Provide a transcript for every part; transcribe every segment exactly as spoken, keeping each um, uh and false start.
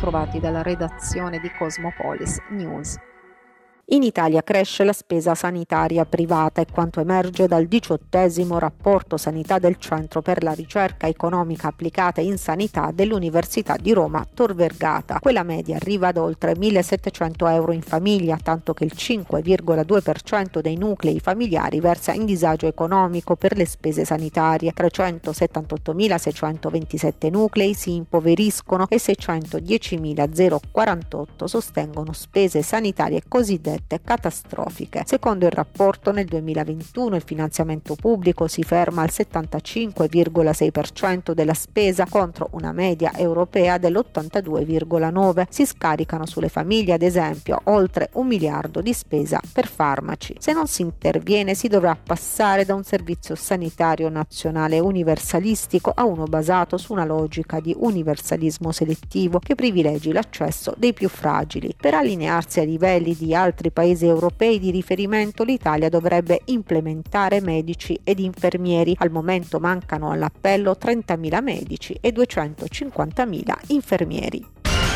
trovati dalla redazione di Cosmopolis News. In Italia cresce la spesa sanitaria privata e quanto emerge dal diciottesimo rapporto sanità del Centro per la ricerca economica applicata in sanità dell'Università di Roma Tor Vergata. Quella media arriva ad oltre millesettecento euro in famiglia, tanto che il cinque virgola due per cento dei nuclei familiari versa in disagio economico per le spese sanitarie. trecentosettantottomila seicentoventisette nuclei si impoveriscono e seicentodiecimila quarantotto sostengono spese sanitarie cosiddette catastrofiche. Secondo il rapporto, nel duemilaventuno il finanziamento pubblico si ferma al settantacinque virgola sei per cento della spesa contro una media europea dell'ottantadue virgola nove per cento. Si scaricano sulle famiglie, ad esempio, oltre un miliardo di spesa per farmaci. Se non si interviene si dovrà passare da un servizio sanitario nazionale universalistico a uno basato su una logica di universalismo selettivo che privilegi l'accesso dei più fragili. Per allinearsi ai livelli di altri paesi europei di riferimento, l'Italia dovrebbe implementare medici ed infermieri. Al momento mancano all'appello trentamila medici e duecentocinquantamila infermieri.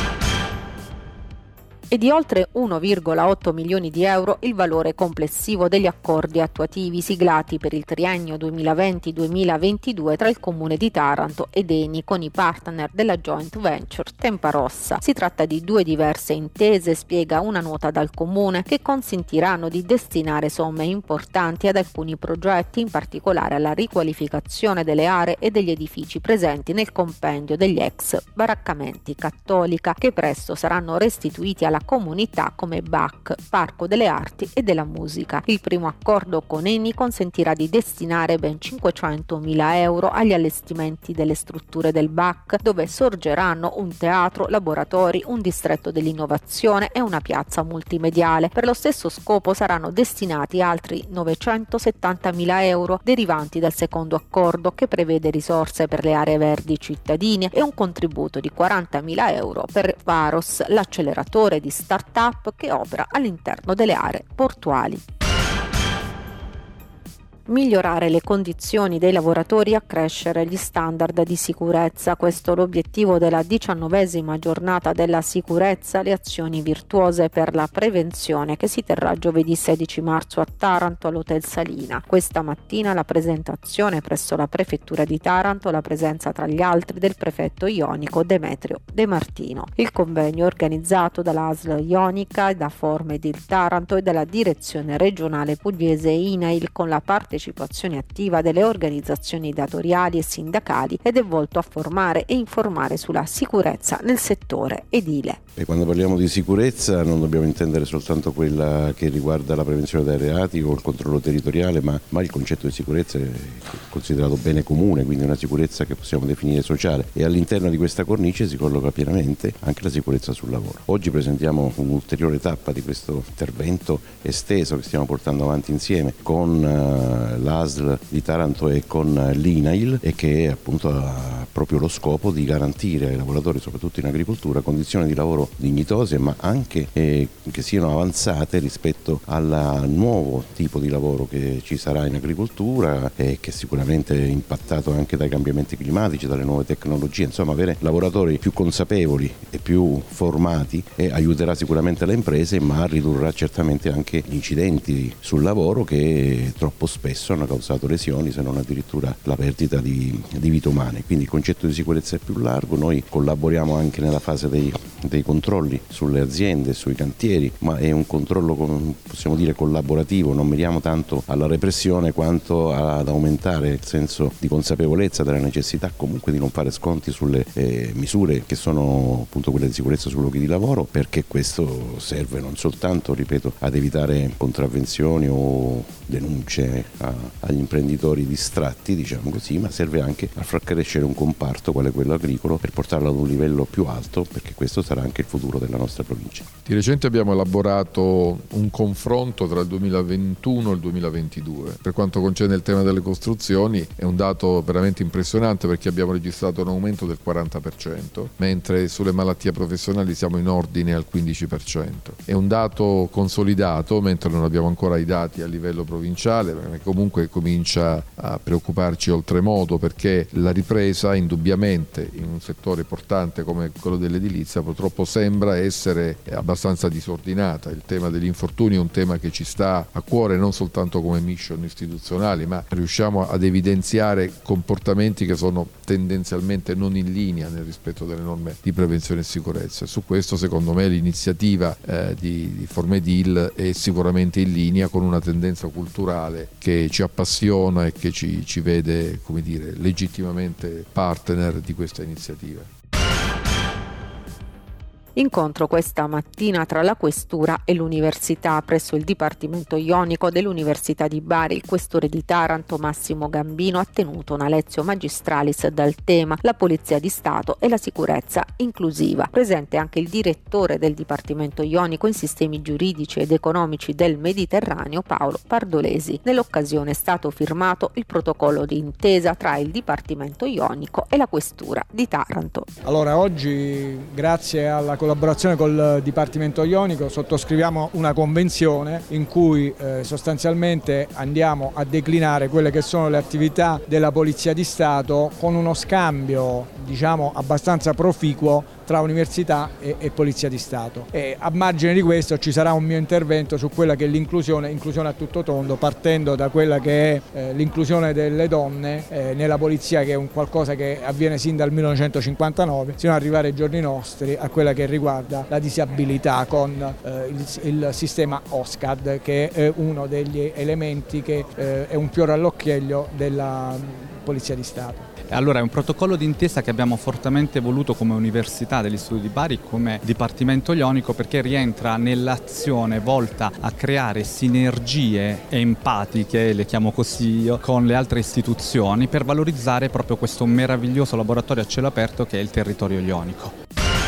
E di oltre uno virgola otto milioni di euro il valore complessivo degli accordi attuativi siglati per il triennio duemilaventi duemilaventidue tra il Comune di Taranto ed Eni con i partner della joint venture Tempa Rossa. Si tratta di due diverse intese, spiega una nota dal Comune, che consentiranno di destinare somme importanti ad alcuni progetti, in particolare alla riqualificazione delle aree e degli edifici presenti nel compendio degli ex baraccamenti Cattolica, che presto saranno restituiti alla comunità come B A C, Parco delle Arti e della Musica. Il primo accordo con Eni consentirà di destinare ben cinquecentomila euro agli allestimenti delle strutture del B A C, dove sorgeranno un teatro, laboratori, un distretto dell'innovazione e una piazza multimediale. Per lo stesso scopo saranno destinati altri novecentosettantamila euro derivanti dal secondo accordo, che prevede risorse per le aree verdi cittadine e un contributo di quarantamila euro per Varos, l'acceleratore di start-up che opera all'interno delle aree portuali. Migliorare le condizioni dei lavoratori e accrescere gli standard di sicurezza. Questo è l'obiettivo della diciannovesima giornata della sicurezza, le azioni virtuose per la prevenzione, che si terrà giovedì sedici marzo a Taranto all'Hotel Salina. Questa mattina la presentazione presso la Prefettura di Taranto, la presenza tra gli altri del prefetto ionico Demetrio De Martino. Il convegno è organizzato dall'A S L Ionica, da Formedil Taranto e dalla Direzione Regionale Pugliese I N A I L, con la partecipazione attiva delle organizzazioni datoriali e sindacali, ed è volto a formare e informare sulla sicurezza nel settore edile. E quando parliamo di sicurezza non dobbiamo intendere soltanto quella che riguarda la prevenzione dei reati o il controllo territoriale, ma, ma il concetto di sicurezza è considerato bene comune, quindi una sicurezza che possiamo definire sociale, e all'interno di questa cornice si colloca pienamente anche la sicurezza sul lavoro. Oggi presentiamo un'ulteriore tappa di questo intervento esteso che stiamo portando avanti insieme con uh, l'A S L di Taranto e con l'I N A I L, e che appunto ha proprio lo scopo di garantire ai lavoratori, soprattutto in agricoltura, condizioni di lavoro dignitose, ma anche eh, che siano avanzate rispetto al nuovo tipo di lavoro che ci sarà in agricoltura, e che sicuramente è impattato anche dai cambiamenti climatici, dalle nuove tecnologie. Insomma, avere lavoratori più consapevoli e più formati eh, aiuterà sicuramente le imprese, ma ridurrà certamente anche gli incidenti sul lavoro, che troppo spesso hanno causato lesioni, se non addirittura la perdita di, di vite umane. Quindi il concetto di sicurezza è più largo. Noi collaboriamo anche nella fase dei, dei controlli sulle aziende, sui cantieri, ma è un controllo, possiamo dire, collaborativo. Non miriamo tanto alla repressione quanto ad aumentare il senso di consapevolezza della necessità comunque di non fare sconti sulle eh, misure che sono appunto quelle di sicurezza sui luoghi di lavoro, perché questo serve non soltanto, ripeto, ad evitare contravvenzioni o denunce a, agli imprenditori distratti, diciamo così, ma serve anche a far crescere un comparto quale quello agricolo, per portarlo ad un livello più alto, perché questo sarà anche il futuro della nostra provincia. Di recente abbiamo elaborato un confronto tra il duemilaventuno e il duemilaventidue. Per quanto concerne il tema delle costruzioni è un dato veramente impressionante, perché abbiamo registrato un aumento del quaranta per cento, mentre sulle malattie professionali siamo in ordine al quindici per cento. È un dato consolidato, mentre non abbiamo ancora i dati a livello provinciale, perché comunque comincia a preoccuparci oltremodo, perché la ripresa indubbiamente in un settore importante come quello dell'edilizia purtroppo sembra essere abbastanza disordinata. Il tema degli infortuni è un tema che ci sta a cuore non soltanto come mission istituzionali, ma riusciamo ad evidenziare comportamenti che sono tendenzialmente non in linea nel rispetto delle norme di prevenzione e sicurezza. Su questo secondo me l'iniziativa eh, di, di Formedil è sicuramente in linea con una tendenza culturale che ci appassiona e che ci, ci vede, come dire, legittimamente partner di questa iniziativa. Incontro questa mattina tra la Questura e l'Università presso il Dipartimento Ionico dell'Università di Bari. Il questore di Taranto Massimo Gambino ha tenuto una lezione magistralis dal tema la Polizia di Stato e la sicurezza inclusiva. Presente anche il direttore del Dipartimento Ionico in sistemi giuridici ed economici del Mediterraneo Paolo Pardolesi. Nell'occasione è stato firmato il protocollo di intesa tra il Dipartimento Ionico e la Questura di Taranto. Allora oggi, grazie alla collaborazione col Dipartimento Ionico, sottoscriviamo una convenzione in cui eh, sostanzialmente andiamo a declinare quelle che sono le attività della Polizia di Stato con uno scambio, diciamo, abbastanza proficuo tra Università e, e Polizia di Stato. E a margine di questo ci sarà un mio intervento su quella che è l'inclusione, inclusione a tutto tondo, partendo da quella che è eh, l'inclusione delle donne eh, nella Polizia, che è un qualcosa che avviene sin dal millenovecentocinquantanove, fino ad arrivare ai giorni nostri a quella che riguarda la disabilità con eh, il, il sistema O S C A D, che è uno degli elementi che eh, è un fiore all'occhiello della Polizia di Stato. Allora è un protocollo d'intesa che abbiamo fortemente voluto come Università degli Studi di Bari, come Dipartimento Ionico, perché rientra nell'azione volta a creare sinergie empatiche, le chiamo così io, con le altre istituzioni per valorizzare proprio questo meraviglioso laboratorio a cielo aperto che è il territorio ionico.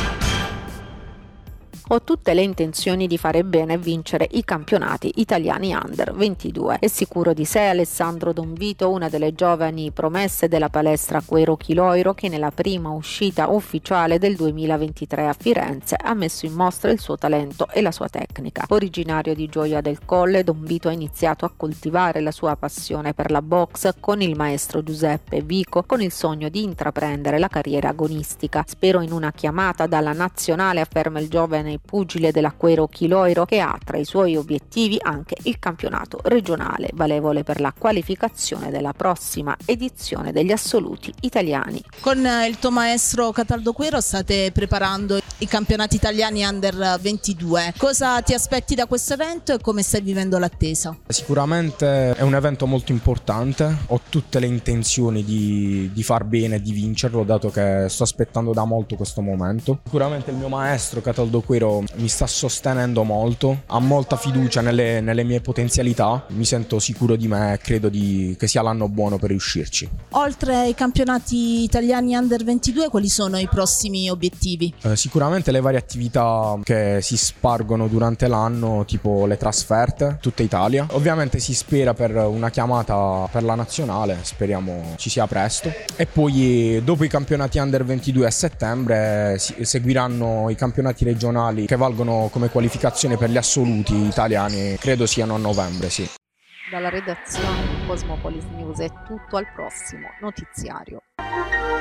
Ho tutte le intenzioni di fare bene e vincere i campionati italiani under ventidue. È sicuro di sé Alessandro Donvito, una delle giovani promesse della palestra Quero Chiloiro, che nella prima uscita ufficiale del duemilaventitré a Firenze ha messo in mostra il suo talento e la sua tecnica. Originario di Gioia del Colle, Donvito ha iniziato a coltivare la sua passione per la box con il maestro Giuseppe Vico, con il sogno di intraprendere la carriera agonistica. Spero in una chiamata dalla nazionale, afferma il giovane pugile della Quero Chiloiro, che ha tra i suoi obiettivi anche il campionato regionale, valevole per la qualificazione della prossima edizione degli assoluti italiani. Con il tuo maestro Cataldo Quero state preparando i campionati italiani under ventidue. Cosa ti aspetti da questo evento e come stai vivendo l'attesa? Sicuramente è un evento molto importante, ho tutte le intenzioni di, di far bene e di vincerlo, dato che sto aspettando da molto questo momento. Sicuramente il mio maestro Cataldo Quero mi sta sostenendo molto, ha molta fiducia nelle, nelle mie potenzialità, mi sento sicuro di me e credo di, che sia l'anno buono per riuscirci. Oltre ai campionati italiani under ventidue, quali sono i prossimi obiettivi? Eh, sicuramente le varie attività che si spargono durante l'anno, tipo le trasferte, tutta Italia. Ovviamente si spera per una chiamata per la nazionale, speriamo ci sia presto. E poi dopo i campionati under ventidue a settembre si, seguiranno i campionati regionali che valgono come qualificazione per gli assoluti italiani, credo siano a novembre, sì. Dalla redazione di Cosmopolis News è tutto, al prossimo notiziario.